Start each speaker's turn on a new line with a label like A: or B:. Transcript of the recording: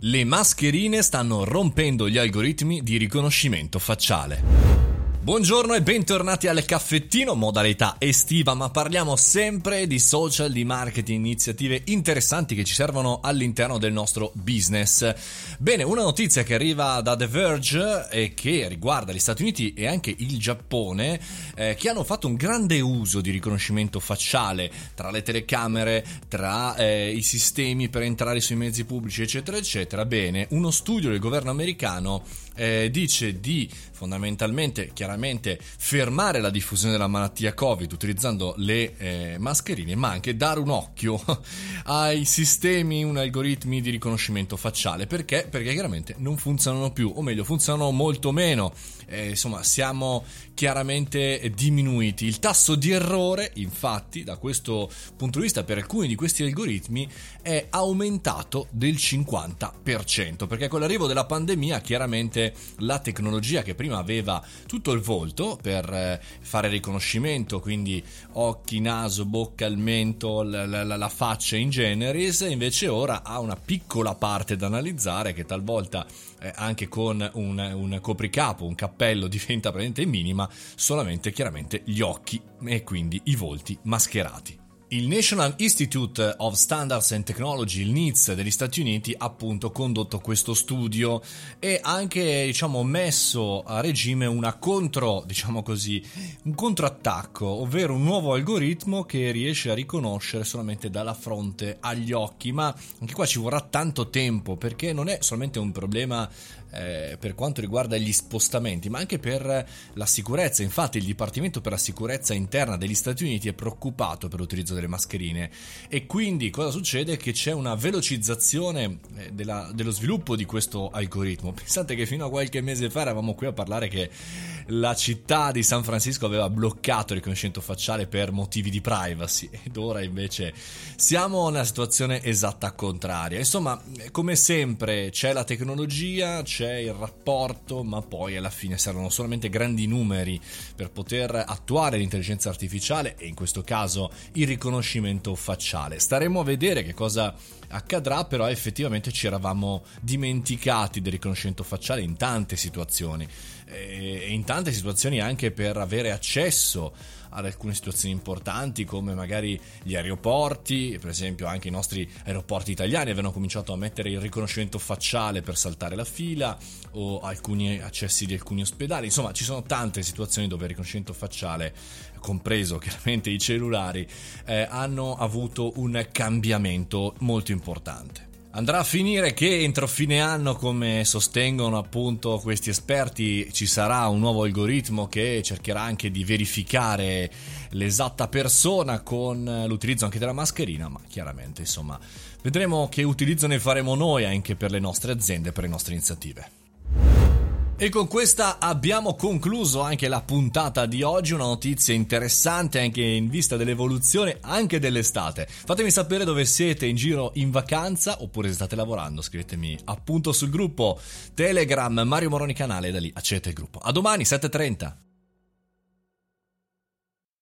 A: Le mascherine stanno rompendo gli algoritmi di riconoscimento facciale. Buongiorno e bentornati al caffettino, modalità estiva, ma parliamo sempre di social, di marketing, iniziative interessanti che ci servono all'interno del nostro business. Bene, una notizia che arriva da The Verge e che riguarda gli Stati Uniti e anche il Giappone, che hanno fatto un grande uso di riconoscimento facciale tra le telecamere, tra i sistemi per entrare sui mezzi pubblici, eccetera, eccetera. Bene, uno studio del governo americano dice di fondamentalmente, chiaramente, fermare la diffusione della malattia Covid utilizzando le mascherine, ma anche dare un occhio ai sistemi, algoritmi di riconoscimento facciale. Perché? Perché chiaramente non funzionano più, o meglio, funzionano molto meno. Insomma, siamo chiaramente diminuiti. Il tasso di errore, infatti, da questo punto di vista, per alcuni di questi algoritmi è aumentato del 50%, perché con l'arrivo della pandemia, chiaramente la tecnologia che prima aveva tutto il volto per fare riconoscimento, quindi occhi, naso, bocca, il mento, la faccia in generis, invece ora ha una piccola parte da analizzare che talvolta anche con un copricapo, un cappello diventa praticamente minima, solamente chiaramente gli occhi e quindi i volti mascherati. Il National Institute of Standards and Technology, il NIST degli Stati Uniti, ha appunto condotto questo studio e anche, messo a regime un controattacco, ovvero un nuovo algoritmo che riesce a riconoscere solamente dalla fronte agli occhi. Ma anche qua ci vorrà tanto tempo, perché non è solamente un problema per quanto riguarda gli spostamenti, ma anche per la sicurezza. Infatti il Dipartimento per la Sicurezza Interna degli Stati Uniti è preoccupato per l'utilizzo delle mascherine, e quindi cosa succede? Che c'è una velocizzazione dello sviluppo di questo algoritmo. Pensate che fino a qualche mese fa eravamo qui a parlare che la città di San Francisco aveva bloccato il riconoscimento facciale per motivi di privacy, ed ora invece siamo nella situazione esatta contraria. Insomma, come sempre c'è la tecnologia, c'è il rapporto, ma poi alla fine servono solamente grandi numeri per poter attuare l'intelligenza artificiale e in questo caso il riconoscimento facciale. Staremo a vedere che cosa accadrà, però effettivamente ci eravamo dimenticati del riconoscimento facciale in tante situazioni, e in tante situazioni anche per avere accesso ad alcune situazioni importanti, come magari gli aeroporti. Per esempio anche i nostri aeroporti italiani avevano cominciato a mettere il riconoscimento facciale per saltare la fila, o alcuni accessi di alcuni ospedali. Insomma, ci sono tante situazioni dove il riconoscimento facciale, compreso chiaramente i cellulari, hanno avuto un cambiamento molto importante. Andrà a finire che entro fine anno, come sostengono appunto questi esperti, ci sarà un nuovo algoritmo che cercherà anche di verificare l'esatta persona con l'utilizzo anche della mascherina, ma chiaramente, insomma, vedremo che utilizzo ne faremo noi anche per le nostre aziende, per le nostre iniziative. E con questa abbiamo concluso anche la puntata di oggi. Una notizia interessante anche in vista dell'evoluzione anche dell'estate. Fatemi sapere dove siete in giro in vacanza, oppure se state lavorando. Scrivetemi appunto sul gruppo Telegram Mario Moroni Canale, e da lì accedete al gruppo. A domani 7:30.